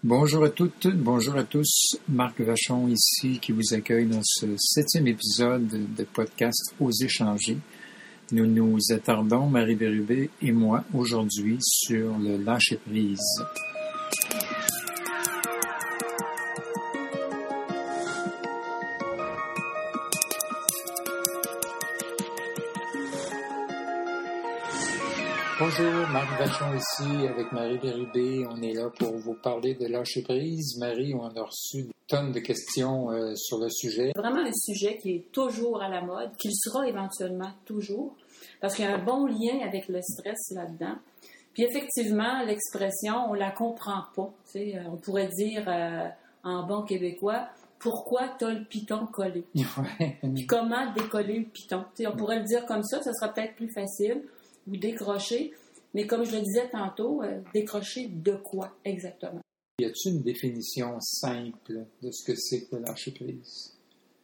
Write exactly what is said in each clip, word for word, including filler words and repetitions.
Bonjour à toutes, bonjour à tous. Marc Vachon ici qui vous accueille dans ce septième épisode de podcast Osez changer. Nous nous attardons, Marie Bérubé et moi, aujourd'hui sur le lâcher-prise. Bonjour, Marc Vachon ici avec Marie Bérubé. On est là pour vous parler de lâcher-prise. Marie, on a reçu des tonnes de questions euh, sur le sujet. Vraiment un sujet qui est toujours à la mode, qui le sera éventuellement toujours, parce qu'il y a un bon lien avec le stress là-dedans. Puis effectivement, l'expression, on la comprend pas. Tu sais, on pourrait dire euh, en bon québécois, pourquoi t'as le piton collé? Ouais. Puis comment décoller le piton? Tu sais, on pourrait le dire comme ça, ça sera peut-être plus facile. Ou décrocher, mais comme je le disais tantôt, euh, décrocher de quoi exactement? Y a-t-il une définition simple de ce que c'est que le lâcher-prise?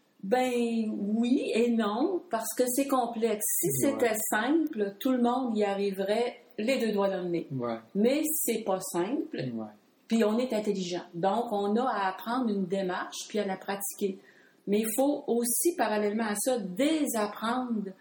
Ben oui et non, parce que c'est complexe. Si Ouais. c'était simple, tout le monde y arriverait les deux doigts dans le nez. Ouais. Mais c'est pas simple, Ouais. puis on est intelligent. Donc, on a à apprendre une démarche, puis à la pratiquer. Mais il faut aussi, parallèlement à ça, désapprendre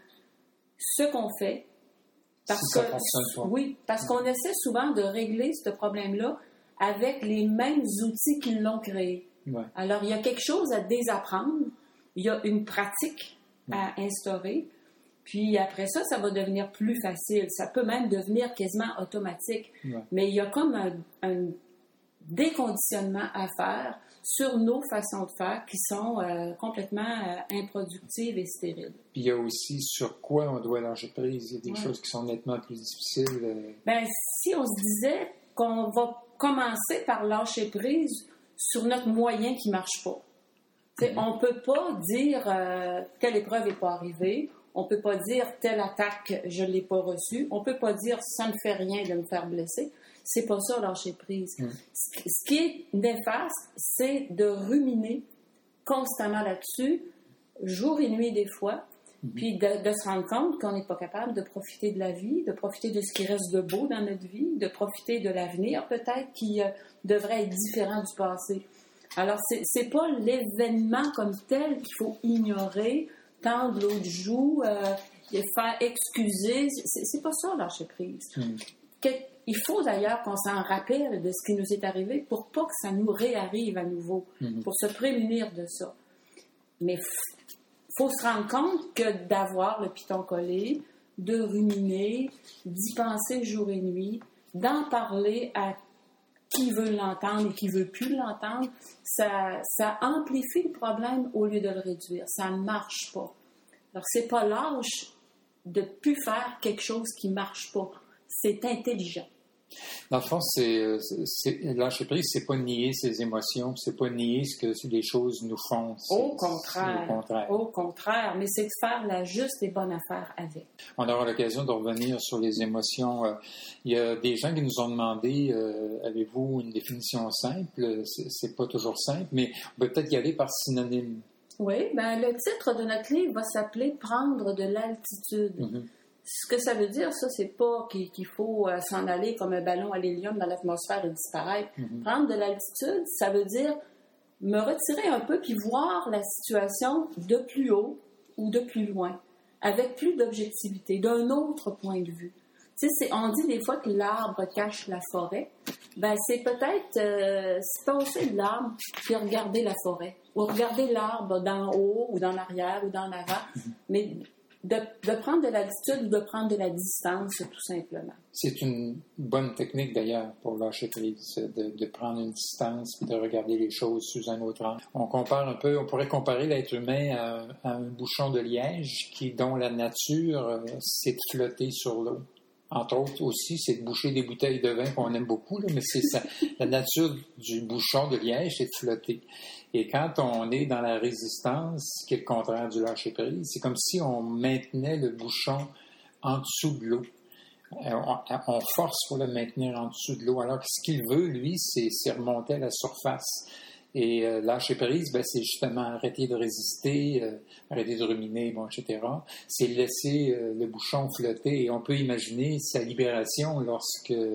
ce qu'on fait. Parce si ça que, fonctionne pas. oui, parce qu'on essaie souvent de régler ce problème-là avec les mêmes outils qui l'ont créé. Ouais. Alors, il y a quelque chose à désapprendre, il y a une pratique ouais. à instaurer, puis après ça, ça va devenir plus facile. Ça peut même devenir quasiment automatique. Ouais. Mais il y a comme un, un déconditionnement à faire sur nos façons de faire qui sont euh, complètement euh, improductives et stériles. Puis il y a aussi sur quoi on doit lâcher prise. Il y a des ouais. choses qui sont nettement plus difficiles. Euh... Ben, si on se disait qu'on va commencer par lâcher prise sur notre moyen qui ne marche pas. Mm-hmm. On ne peut pas dire euh, telle épreuve n'est pas arrivée. On ne peut pas dire telle attaque, je ne l'ai pas reçue. On ne peut pas dire ça ne fait rien de me faire blesser. C'est pas ça, lâcher prise. Mm. Ce qui est néfaste, c'est de ruminer constamment là-dessus, jour et nuit des fois, mm. puis de, de se rendre compte qu'on n'est pas capable de profiter de la vie, de profiter de ce qui reste de beau dans notre vie, de profiter de l'avenir peut-être qui euh, devrait être différent du passé. Alors, c'est, c'est pas l'événement comme tel qu'il faut ignorer, tendre l'autre joue, euh, faire excuser. C'est, c'est pas ça, lâcher prise. Mm. Que, il faut d'ailleurs qu'on s'en rappelle de ce qui nous est arrivé pour pas que ça nous réarrive à nouveau, mm-hmm. pour se prémunir de ça. Mais il f- faut se rendre compte que d'avoir le piton collé, de ruminer, d'y penser jour et nuit, d'en parler à qui veut l'entendre et qui veut plus l'entendre, ça, ça amplifie le problème au lieu de le réduire. Ça ne marche pas. Alors, c'est pas lâche de plus faire quelque chose qui marche pas. C'est intelligent. Dans le fond, c'est, c'est, lâcher prise, c'est pas nier ses émotions, c'est pas nier ce que les choses nous font. C'est, au contraire, au contraire. Au contraire, mais c'est de faire la juste et bonne affaire avec. On aura l'occasion de revenir sur les émotions. Il y a des gens qui nous ont demandé, euh, avez-vous une définition simple? C'est, c'est pas toujours simple, mais on peut peut-être y aller par synonyme. Oui, ben le titre de notre livre va s'appeler « Prendre de l'altitude ». Mm-hmm. Ce que ça veut dire, ça, c'est pas qu'il, qu'il faut euh, s'en aller comme un ballon à l'hélium dans l'atmosphère et disparaître. Mm-hmm. Prendre de l'altitude, ça veut dire me retirer un peu puis voir la situation de plus haut ou de plus loin, avec plus d'objectivité, d'un autre point de vue. Tu sais, c'est, on dit des fois que l'arbre cache la forêt. Ben, c'est peut-être euh, se passer de l'arbre puis regarder la forêt, ou regarder l'arbre d'en haut ou dans l'arrière ou dans l'avant, mm-hmm. mais De, de prendre de l'altitude ou de prendre de la distance, tout simplement. C'est une bonne technique, d'ailleurs, pour lâcher prise, de, de prendre une distance et de regarder les choses sous un autre angle. On compare un peu, on pourrait comparer l'être humain à, à un bouchon de liège qui, dont la nature, euh, c'est de flotter sur l'eau. Entre autres, aussi, c'est de boucher des bouteilles de vin qu'on aime beaucoup, là, mais c'est ça. La nature du bouchon de liège, c'est de flotter. Et quand on est dans la résistance, qui est le contraire du lâcher-prise, c'est comme si on maintenait le bouchon en dessous de l'eau. On, on force pour le maintenir en dessous de l'eau, alors que ce qu'il veut, lui, c'est, c'est remonter à la surface. Et euh, lâcher prise, ben, c'est justement arrêter de résister, euh, arrêter de ruminer, bon, et cetera. C'est laisser euh, le bouchon flotter. Et on peut imaginer sa libération lorsque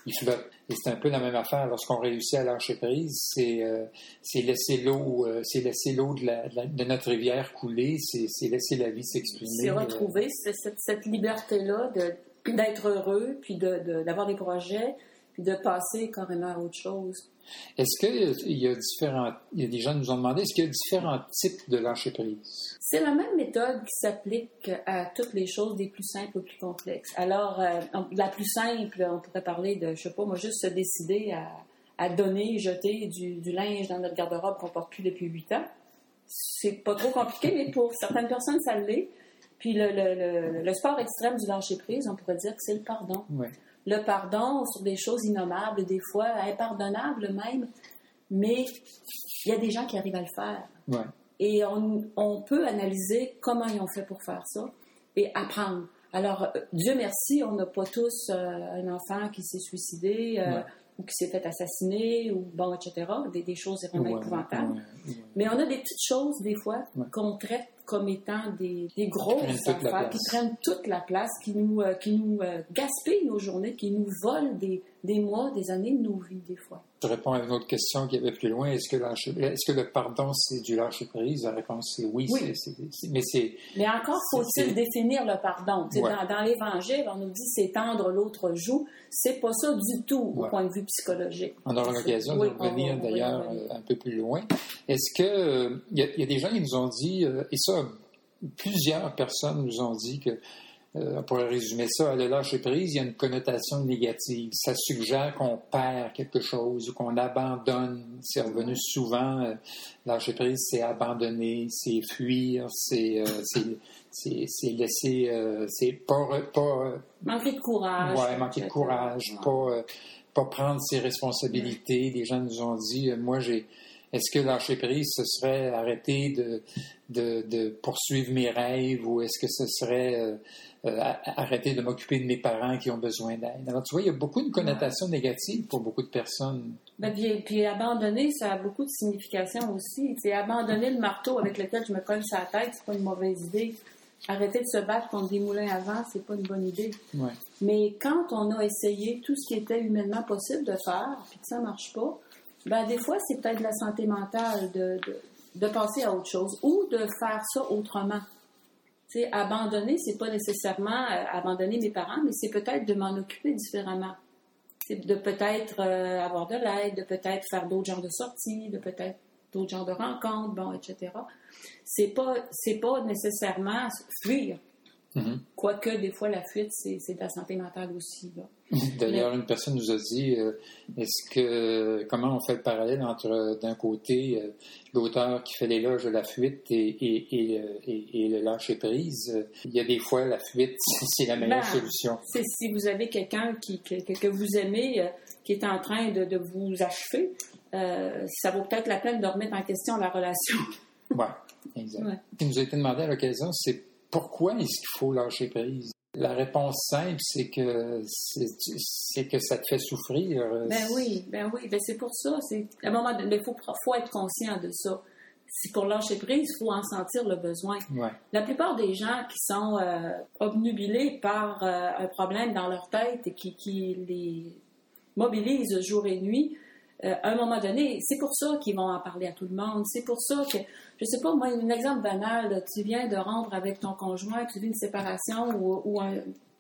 il flotte. Et c'est un peu la même affaire lorsqu'on réussit à lâcher prise, c'est, euh, c'est laisser l'eau, euh, c'est laisser l'eau de, la, de, la, de notre rivière couler, c'est, c'est laisser la vie s'exprimer. C'est retrouver euh... cette, cette liberté-là de, d'être heureux, puis de, de, d'avoir des projets, puis de passer carrément à autre chose. Est-ce qu'il y a différents... Il y a des gens qui nous ont demandé, est-ce qu'il y a différents types de lâcher-prise? C'est la même méthode qui s'applique à toutes les choses, des plus simples aux plus complexes. Alors, euh, la plus simple, on pourrait parler de, je sais pas, moi, juste se décider à, à donner, jeter du, du linge dans notre garde-robe qu'on porte plus depuis huit ans. C'est pas trop compliqué, mais pour certaines personnes, ça l'est. Puis le, le, le, le sport extrême du lâcher-prise, on pourrait dire que c'est le pardon. Oui. Le pardon sur des choses innommables, des fois impardonnables même, mais il y a des gens qui arrivent à le faire. Ouais. Et on, on peut analyser comment ils ont fait pour faire ça et apprendre. Alors, Dieu merci, on n'a pas tous euh, un enfant qui s'est suicidé euh, ouais. ou qui s'est fait assassiner, ou bon, et cetera, des, des choses vraiment ouais, épouvantables. Ouais, ouais. Mais on a des petites choses, des fois, ouais. qu'on traite comme étant des, des grosses affaires qui prennent toute la place, qui nous, euh, qui nous euh, gaspillent nos journées, qui nous volent des, des mois, des années de nos vies, des fois. Je réponds à une autre question qui avait plus loin. Est-ce que, lâcher, est-ce que le pardon, c'est du lâcher-prise? La réponse, c'est oui. oui. C'est, c'est, c'est, mais, c'est, mais encore faut-il c'est... définir le pardon. Ouais. Dans, dans l'Évangile, on nous dit « c'est tendre l'autre joue ». C'est pas ça du tout au ouais. point de vue psychologique. On aura l'occasion oui, de revenir, d'ailleurs, oui, oui. un peu plus loin. Est-ce que... Il euh, y, y a des gens qui nous ont dit, euh, et ça, plusieurs personnes nous ont dit que Euh, on pourrait résumer ça, à le lâcher-prise, il y a une connotation négative. Ça suggère qu'on perd quelque chose ou qu'on abandonne. C'est revenu souvent. Euh, lâcher-prise, c'est abandonner, c'est fuir, c'est, euh, c'est, c'est, c'est laisser... Euh, c'est pas... pas manquer de courage. Ouais, manquer de courage. Ouais. Pas, euh, pas prendre ses responsabilités. Des gens nous ont dit, euh, moi, j'ai... Est-ce que lâcher-prise, ce serait arrêter de, de, de poursuivre mes rêves ou est-ce que ce serait euh, euh, arrêter de m'occuper de mes parents qui ont besoin d'aide? Alors, tu vois, il y a beaucoup de connotations négatives pour beaucoup de personnes. Ben, puis, puis abandonner, ça a beaucoup de signification aussi. C'est abandonner le marteau avec lequel je me colle sur la tête, c'est pas une mauvaise idée. Arrêter de se battre contre des moulins à vent, c'est pas une bonne idée. Ouais. Mais quand on a essayé tout ce qui était humainement possible de faire, puis que ça marche pas, ben, des fois, c'est peut-être de la santé mentale de, de, de passer à autre chose ou de faire ça autrement. Tu sais, abandonner, c'est pas nécessairement euh, abandonner mes parents, mais c'est peut-être de m'en occuper différemment. C'est de peut-être euh, avoir de l'aide, de peut-être faire d'autres genres de sorties, de peut-être d'autres genres de rencontres, bon, et cetera. C'est pas, c'est pas nécessairement fuir. Mm-hmm. Quoique, des fois, la fuite, c'est, c'est de la santé mentale aussi, là. D'ailleurs, Mais... une personne nous a dit euh, est-ce que comment on fait le parallèle entre, d'un côté, euh, l'auteur qui fait l'éloge de la fuite et, et, et, et, et le lâcher-prise. Il y a des fois, la fuite, c'est la meilleure ben, solution. C'est si vous avez quelqu'un qui, que, que vous aimez, euh, qui est en train de, de vous achever, euh, ça vaut peut-être la peine de remettre en question la relation. Oui, exact. Ouais. Ce qui nous a été demandé à l'occasion, c'est pourquoi est-ce qu'il faut lâcher prise? La réponse simple, c'est que c'est, c'est que ça te fait souffrir. Ben oui, ben oui, ben c'est pour ça. C'est, à un moment donné, il faut, faut être conscient de ça. Si pour lâcher prise, il faut en sentir le besoin. Ouais. La plupart des gens qui sont euh, obnubilés par euh, un problème dans leur tête et qui, qui les mobilisent jour et nuit, euh, à un moment donné, c'est pour ça qu'ils vont en parler à tout le monde. C'est pour ça que, je sais pas, moi, un exemple banal, tu viens de rompre avec ton conjoint, tu vis une séparation ou, ou un,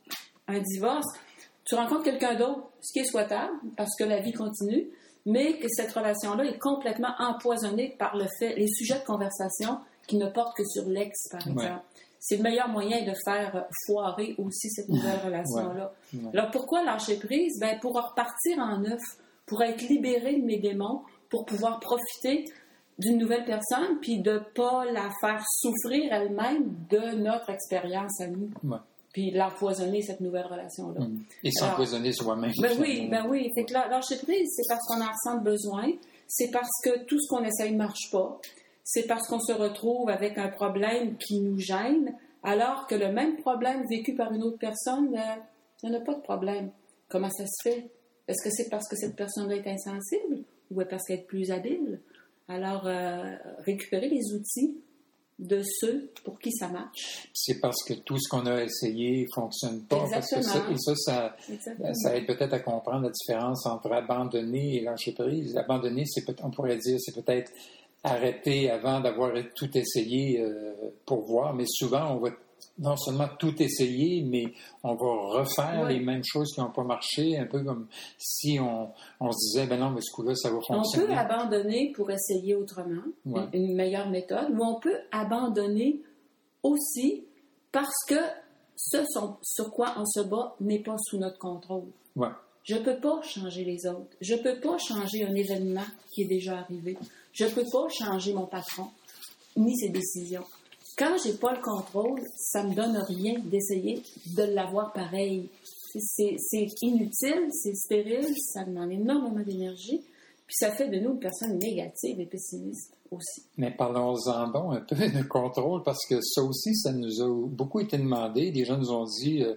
un divorce, tu rencontres quelqu'un d'autre, ce qui est souhaitable, parce que la vie continue, mais que cette relation-là est complètement empoisonnée par le fait, les sujets de conversation qui ne portent que sur l'ex, par exemple. Ouais. C'est le meilleur moyen de faire foirer aussi cette nouvelle relation-là. Ouais. Ouais. Alors, pourquoi lâcher prise? Ben, pour repartir en neuf, pour être libéré de mes démons, pour pouvoir profiter d'une nouvelle personne, puis de ne pas la faire souffrir elle-même de notre expérience à nous. Ouais. Puis l'empoisonner, cette nouvelle relation-là. Mmh. Et s'empoisonner soi-même. Ben oui, ben oui. Fait que lâcher prise, c'est parce qu'on en ressent besoin, c'est parce que tout ce qu'on essaye ne marche pas, c'est parce qu'on se retrouve avec un problème qui nous gêne, alors que le même problème vécu par une autre personne, euh, il n'y en a pas de problème. Comment ça se fait? Est-ce que c'est parce que cette personne-là est insensible ou est-ce parce qu'elle est plus habile? Alors, euh, récupérer les outils de ceux pour qui ça marche. C'est parce que tout ce qu'on a essayé ne fonctionne pas. Exactement. Parce que ça, et ça, ça, Exactement. ça aide peut-être à comprendre la différence entre abandonner et lâcher prise. Abandonner, c'est peut- on pourrait dire, c'est peut-être arrêter avant d'avoir tout essayé euh, pour voir, mais souvent, on va non seulement tout essayer, mais on va refaire oui. les mêmes choses qui n'ont pas marché, un peu comme si on, on se disait, ben non, mais ce coup-là, ça va fonctionner. On peut abandonner pour essayer autrement, ouais. une, une meilleure méthode, ou on peut abandonner aussi parce que ce sont, sur quoi on se bat n'est pas sous notre contrôle. Ouais. Je ne peux pas changer les autres. Je ne peux pas changer un événement qui est déjà arrivé. Je ne peux pas changer mon patron, ni ses décisions. Quand je n'ai pas le contrôle, ça ne me donne rien d'essayer de l'avoir pareil. C'est, c'est inutile, c'est stérile, ça demande énormément d'énergie, puis ça fait de nous une personne négative et pessimiste aussi. Mais parlons-en donc un peu de contrôle, parce que ça aussi, ça nous a beaucoup été demandé. Des gens nous ont dit, euh,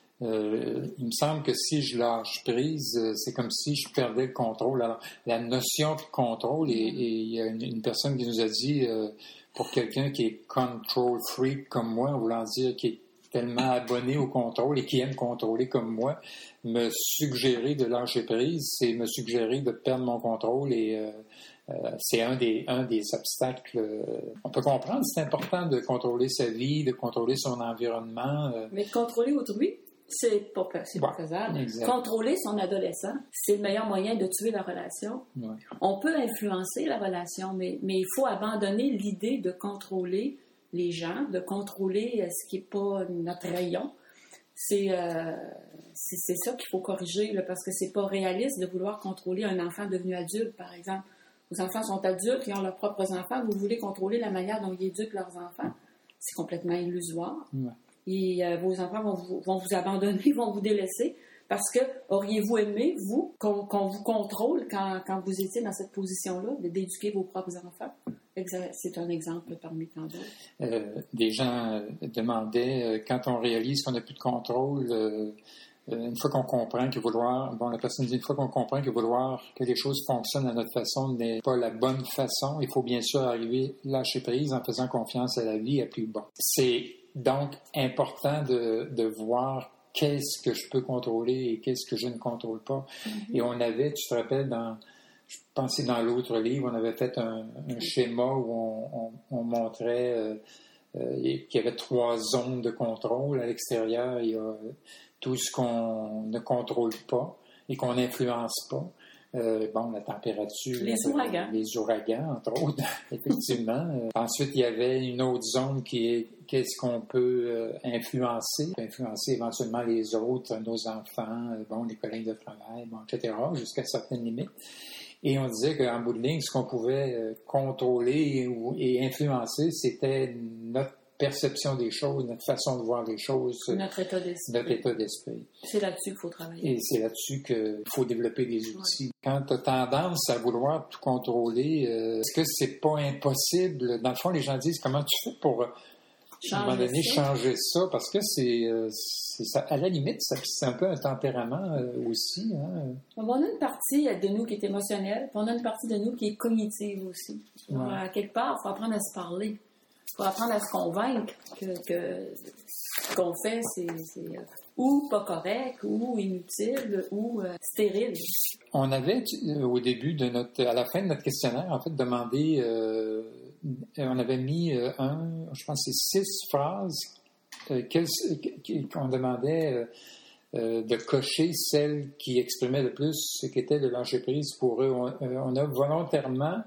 euh, il me semble que si je lâche prise, c'est comme si je perdais le contrôle. Alors, la notion de contrôle, et il y a une, une personne qui nous a dit... Euh, pour quelqu'un qui est control freak comme moi, en voulant dire qui est tellement abonné au contrôle et qui aime contrôler comme moi, me suggérer de lâcher prise, c'est me suggérer de perdre mon contrôle et euh, euh, c'est un des, un des obstacles. Euh, on peut comprendre, c'est important de contrôler sa vie, de contrôler son environnement. Euh. Mais de contrôler autrui, c'est pas, c'est pas faisable. Exact. Contrôler son adolescent, c'est le meilleur moyen de tuer la relation. Ouais. On peut influencer la relation, mais, mais il faut abandonner l'idée de contrôler les gens, de contrôler ce qui n'est pas notre rayon. C'est, euh, c'est, c'est ça qu'il faut corriger, là, parce que c'est pas réaliste de vouloir contrôler un enfant devenu adulte, par exemple. Vos enfants sont adultes, ils ont leurs propres enfants, vous voulez contrôler la manière dont ils éduquent leurs enfants. C'est complètement illusoire. Ouais. Et euh, vos enfants vont vous, vont vous abandonner, vont vous délaisser, parce que auriez-vous aimé, vous, qu'on, qu'on vous contrôle quand, quand vous étiez dans cette position-là, d'éduquer vos propres enfants? C'est un exemple parmi tant d'autres. Euh, des gens demandaient, euh, quand on réalise qu'on n'a plus de contrôle, euh, une fois qu'on comprend que vouloir, bon, la personne dit, une fois qu'on comprend que vouloir que les choses fonctionnent à notre façon n'est pas la bonne façon, il faut bien sûr arriver à lâcher prise en faisant confiance à la vie et plus bon. C'est donc important de, de voir qu'est-ce que je peux contrôler et qu'est-ce que je ne contrôle pas. Mm-hmm. Et on avait, tu te rappelles, dans, je pensais dans l'autre livre, on avait fait un, un schéma où on, on, on montrait euh, euh, qu'il y avait trois zones de contrôle. À l'extérieur, il y a tout ce qu'on ne contrôle pas et qu'on n'influence pas. Euh, bon, la température, les ouragans, les ouragans, entre autres, effectivement. Euh, ensuite, il y avait une autre zone qui est qu'est-ce qu'on peut euh, influencer, influencer éventuellement les autres, nos enfants, euh, bon, les collègues de travail, bon, et cetera, jusqu'à certaines limites. Et on disait qu'en bout de ligne, ce qu'on pouvait euh, contrôler et, et influencer, c'était notre perception des choses, notre façon de voir les choses. Notre état d'esprit. Notre état d'esprit. C'est là-dessus qu'il faut travailler. Et c'est là-dessus qu'il faut développer des outils. Ouais. Quand tu as tendance à vouloir tout contrôler, euh, est-ce que c'est pas impossible? Dans le fond, les gens disent, comment tu fais pour, à un moment donné, ça. changer ça? Parce que c'est, c'est ça, à la limite, ça, c'est un peu un tempérament euh, aussi. Hein? On a une partie de nous qui est émotionnelle, puis on a une partie de nous qui est cognitive aussi. Ouais. Alors, à quelque part, il faut apprendre à se parler. Il faut apprendre à se convaincre que, que ce qu'on fait, c'est, c'est ou pas correct, ou inutile, ou euh, stérile. On avait, au début de notre, à la fin de notre questionnaire, en fait, demandé, euh, on avait mis euh, un, je pense que c'est six phrases euh, qu'on demandait euh, euh, de cocher celles qui exprimaient le plus ce qu'était de lâcher prise pour eux. On, euh, on a volontairement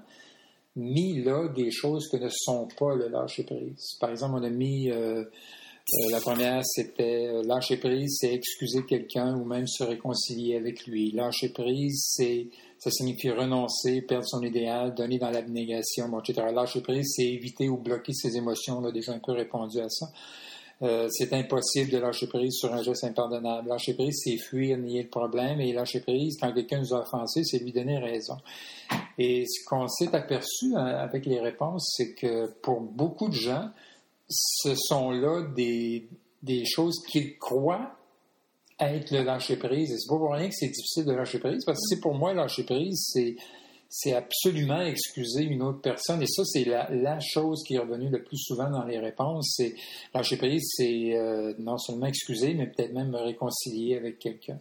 mis là des choses que ne sont pas le lâcher prise. Par exemple, on a mis euh, euh, la première, c'était euh, lâcher prise, c'est excuser quelqu'un ou même se réconcilier avec lui. Lâcher prise, c'est ça signifie renoncer, perdre son idéal, donner dans l'abnégation, bon, et cetera. Lâcher prise, c'est éviter ou bloquer ses émotions. On a déjà un peu répondu à ça. Euh, c'est impossible de lâcher prise sur un geste impardonnable. Lâcher prise, c'est fuir, nier le problème. Et lâcher prise, quand quelqu'un nous a offensé, c'est lui donner raison. Et ce qu'on s'est aperçu avec les réponses, c'est que pour beaucoup de gens, ce sont là des, des choses qu'ils croient être le lâcher-prise. Et c'est pas pour rien que c'est difficile de lâcher prise, parce que c'est pour moi, lâcher prise, c'est, c'est absolument excuser une autre personne. Et ça, c'est la, la chose qui est revenue le plus souvent dans les réponses. C'est lâcher prise, c'est euh, non seulement excuser, mais peut-être même me réconcilier avec quelqu'un.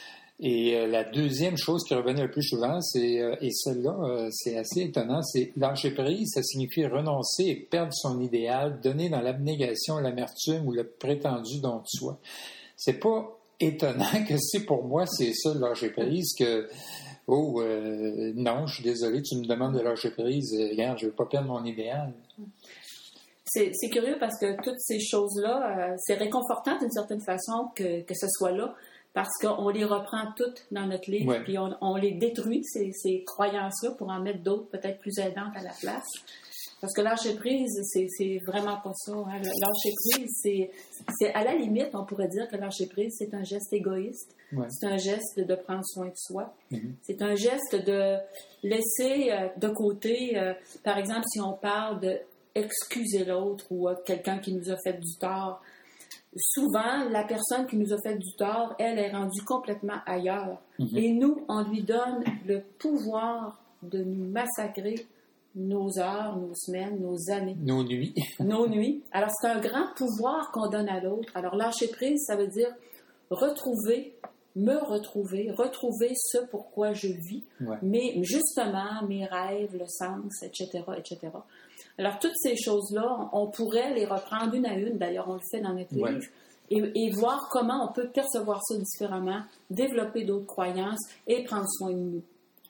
Et euh, la deuxième chose qui revenait le plus souvent, c'est, euh, et celle-là, euh, c'est assez étonnant, c'est lâcher prise, ça signifie renoncer et perdre son idéal, donner dans l'abnégation, l'amertume ou le prétendu don de soi. C'est pas étonnant que c'est pour moi, c'est ça, lâcher prise, que oh, euh, non, je suis désolé, tu me demandes de lâcher prise, euh, regarde, je veux pas perdre mon idéal. C'est, c'est curieux parce que toutes ces choses-là, euh, c'est réconfortant d'une certaine façon que, que ce soit là. Parce qu'on les reprend toutes dans notre livre, ouais. Puis on, on les détruit, ces, ces croyances-là, pour en mettre d'autres peut-être plus aidantes à la place. Parce que lâcher prise, c'est, c'est vraiment pas ça. Hein. Lâcher prise, c'est, c'est à la limite, on pourrait dire que lâcher prise, c'est un geste égoïste. Ouais. C'est un geste de prendre soin de soi. Mm-hmm. C'est un geste de laisser euh, de côté, euh, par exemple, si on parle de excuser l'autre ou euh, quelqu'un qui nous a fait du tort. Souvent, la personne qui nous a fait du tort, elle est rendue complètement ailleurs. Mm-hmm. Et nous, on lui donne le pouvoir de nous massacrer nos heures, nos semaines, nos années. Nos nuits. Nos nuits. Alors, c'est un grand pouvoir qu'on donne à l'autre. Alors, lâcher prise, ça veut dire retrouver, me retrouver, retrouver ce pourquoi je vis, ouais. Mais justement, mes rêves, le sens, et cetera, et cetera. Alors, toutes ces choses-là, on pourrait les reprendre une à une. D'ailleurs, on le fait dans notre ouais. livre. Et, et voir comment on peut percevoir ça différemment, développer d'autres croyances et prendre soin de nous.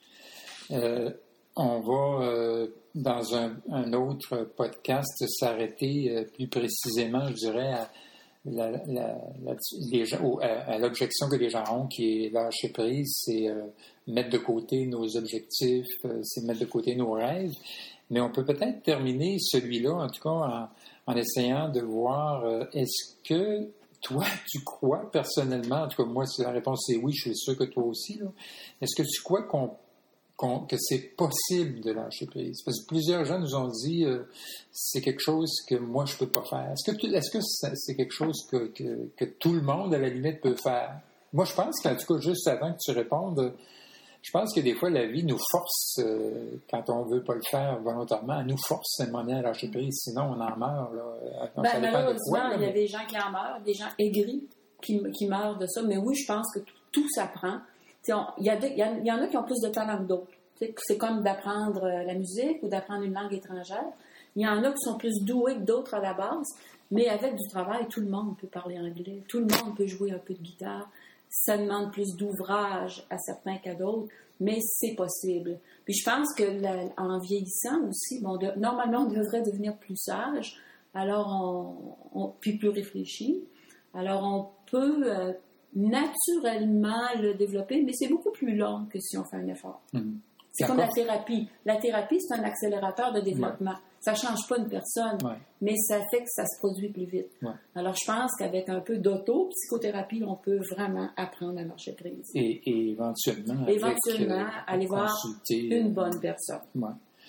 Euh, on va, euh, dans un, un autre podcast, s'arrêter euh, plus précisément, je dirais, à, la, la, la, les gens, au, à, à l'objection que les gens ont, qui est lâcher prise, c'est euh, mettre de côté nos objectifs, euh, c'est mettre de côté nos rêves. Mais on peut peut-être terminer celui-là, en tout cas, en, en essayant de voir, euh, est-ce que toi, tu crois personnellement, en tout cas, moi, si la réponse est oui, je suis sûr que toi aussi, là, est-ce que tu crois qu'on, qu'on, que c'est possible de lâcher prise? Parce que plusieurs gens nous ont dit, euh, c'est quelque chose que moi, je peux pas faire. Est-ce que, tu, est-ce que c'est quelque chose que, que, que tout le monde, à la limite, peut faire? Moi, je pense qu'en tout cas, juste avant que tu répondes, je pense que des fois, la vie nous force, euh, quand on ne veut pas le faire volontairement, elle nous force à un moment donné à lâcher prise, sinon on en meurt. Là. Ben, ça malheureusement, de quoi, là, mais... il y a des gens qui en meurent, des gens aigris qui, qui meurent de ça. Mais oui, je pense que tout, tout s'apprend. Il y, a y, a, y en a qui ont plus de talent que d'autres. T'sais, c'est comme d'apprendre la musique ou d'apprendre une langue étrangère. Il y en a qui sont plus doués que d'autres à la base, mais avec du travail, tout le monde peut parler anglais, tout le monde peut jouer un peu de guitare. Ça demande plus d'ouvrage à certains qu'à d'autres, mais c'est possible. Puis je pense que la, en vieillissant aussi, bon, de, normalement, on devrait devenir plus sage, alors on, on, puis plus réfléchi. Alors on peut euh, naturellement le développer, mais c'est beaucoup plus long que si on fait un effort. Mmh. C'est D'accord. Comme la thérapie. La thérapie, c'est un accélérateur de développement. Ouais. Ça ne change pas une personne, ouais. Mais ça fait que ça se produit plus vite. Ouais. Alors, je pense qu'avec un peu d'auto-psychothérapie, on peut vraiment apprendre à lâcher prise. Et, et éventuellement, éventuellement avec, euh, aller voir une bonne personne. Ouais.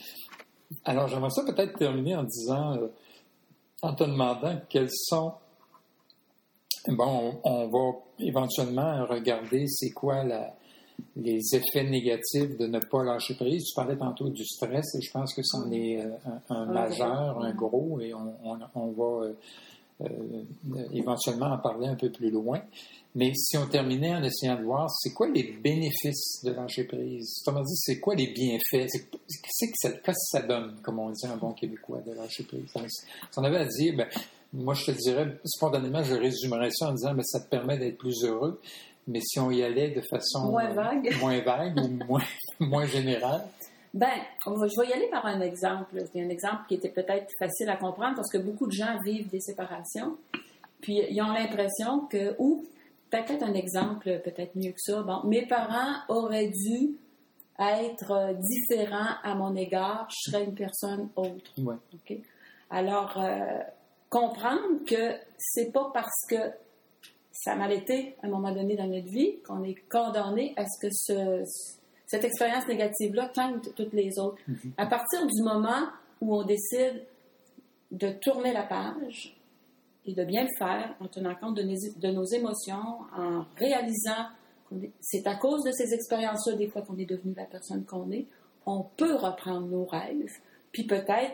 Alors, j'aimerais ça peut-être terminer en disant, euh, en te demandant quels sont... Bon, on, on va éventuellement regarder c'est quoi la... les effets négatifs de ne pas lâcher prise. Tu parlais tantôt du stress et je pense que c'en est euh, un, un majeur, un gros, et on, on, on va euh, euh, éventuellement en parler un peu plus loin. Mais si on terminait en essayant de voir, c'est quoi les bénéfices de lâcher prise? Autrement dit, c'est quoi les bienfaits? C'est, c'est que ça, qu'est-ce que ça donne, comme on dit en bon québécois, de lâcher prise? Si on avait à dire, ben, moi je te dirais, spontanément, je résumerais ça en disant, ben, ça te permet d'être plus heureux. Mais si on y allait de façon moins vague, euh, moins vague ou moins, moins générale? Ben, on va, je vais y aller par un exemple. C'est un exemple qui était peut-être facile à comprendre parce que beaucoup de gens vivent des séparations. Puis, ils ont l'impression que, ou peut-être un exemple peut-être mieux que ça, bon, mes parents auraient dû être différents à mon égard, je serais une personne autre. Ouais. Okay? Alors, euh, comprendre que c'est pas parce que ça a mal été à un moment donné dans notre vie, qu'on est condamné à ce que ce, cette expérience négative-là teinte toutes les autres. Mm-hmm. À partir du moment où on décide de tourner la page et de bien le faire en tenant compte de nos, de nos émotions, en réalisant que c'est à cause de ces expériences-là des fois qu'on est devenu la personne qu'on est, on peut reprendre nos rêves, puis peut-être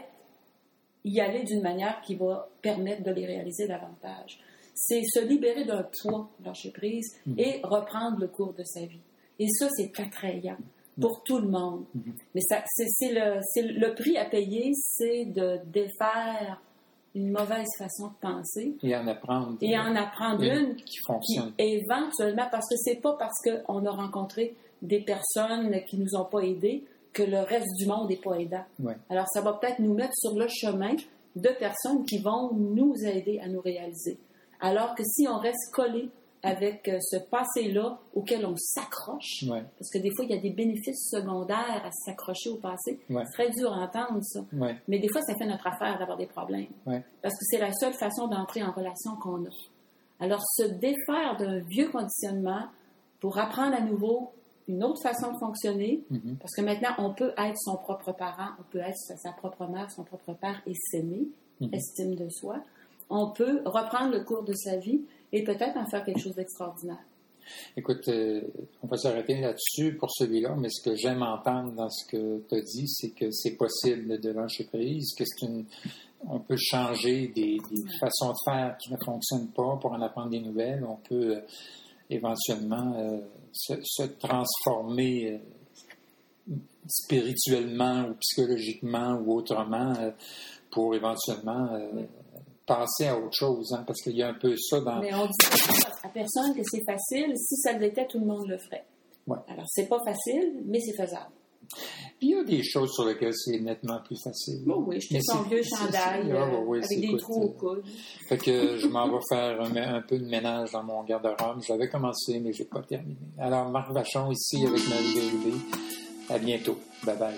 y aller d'une manière qui va permettre de les réaliser davantage. C'est se libérer d'un poids, lâcher prise, mmh. et reprendre le cours de sa vie. Et ça, c'est attrayant pour mmh. tout le monde. Mmh. Mais ça, c'est, c'est, le, c'est le prix à payer, c'est de défaire une mauvaise façon de penser. Et en apprendre. Et en apprendre une, une qui fonctionne. Qui, éventuellement, parce que c'est pas parce qu'on a rencontré des personnes qui nous ont pas aidés que le reste du monde n'est pas aidant. Ouais. Alors, ça va peut-être nous mettre sur le chemin de personnes qui vont nous aider à nous réaliser. Alors que si on reste collé avec ce passé-là auquel on s'accroche, ouais. parce que des fois, il y a des bénéfices secondaires à s'accrocher au passé, ouais. c'est très dur à entendre, ça. Ouais. Mais des fois, ça fait notre affaire d'avoir des problèmes. Ouais. Parce que c'est la seule façon d'entrer en relation qu'on a. Alors, se défaire d'un vieux conditionnement pour apprendre à nouveau une autre façon de fonctionner, mm-hmm. parce que maintenant, on peut être son propre parent, on peut être sa propre mère, son propre père et s'aimer, mm-hmm. estime de soi. On peut reprendre le cours de sa vie et peut-être en faire quelque chose d'extraordinaire. Écoute, euh, on va s'arrêter là-dessus pour celui-là, mais ce que j'aime entendre dans ce que tu as dit, c'est que c'est possible de lâcher prise, que c'est une... on peut changer des, des façons de faire qui ne fonctionnent pas pour en apprendre des nouvelles. On peut euh, éventuellement euh, se, se transformer euh, spirituellement ou psychologiquement ou autrement euh, pour éventuellement euh, passer à autre chose, hein, parce qu'il y a un peu ça dans... Mais on dit à personne que c'est facile. Si ça l'était, tout le monde le ferait. Ouais. Alors, c'est pas facile, mais c'est faisable. Puis il y a des choses sur lesquelles c'est nettement plus facile. Bon, oui, je te sens vieux chandail euh, oh, oui, avec des écoute, trous au coude. Fait que je m'en vais faire un, un peu de ménage dans mon garde-robe. J'avais commencé, mais je n'ai pas terminé. Alors, Marc Vachon, ici, avec Marie Bérubé. À bientôt. Bye-bye.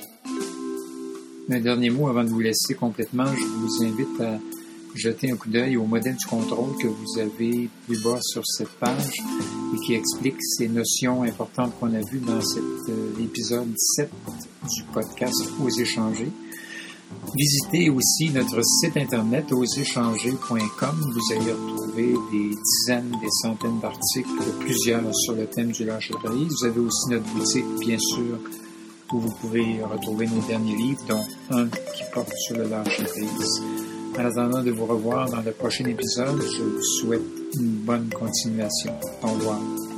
Un dernier mot avant de vous laisser complètement. Je vous invite à jeter un coup d'œil au modèle du contrôle que vous avez plus bas sur cette page et qui explique ces notions importantes qu'on a vues dans cet euh, épisode sept du podcast Oser changer. Visitez aussi notre site internet oser changer point com. Vous allez retrouver des dizaines, des centaines d'articles, plusieurs sur le thème du lâcher-prise. Vous avez aussi notre boutique, bien sûr, où vous pouvez retrouver nos derniers livres, dont un qui porte sur le lâcher-prise. En attendant de vous revoir dans le prochain épisode, je vous souhaite une bonne continuation. Au revoir.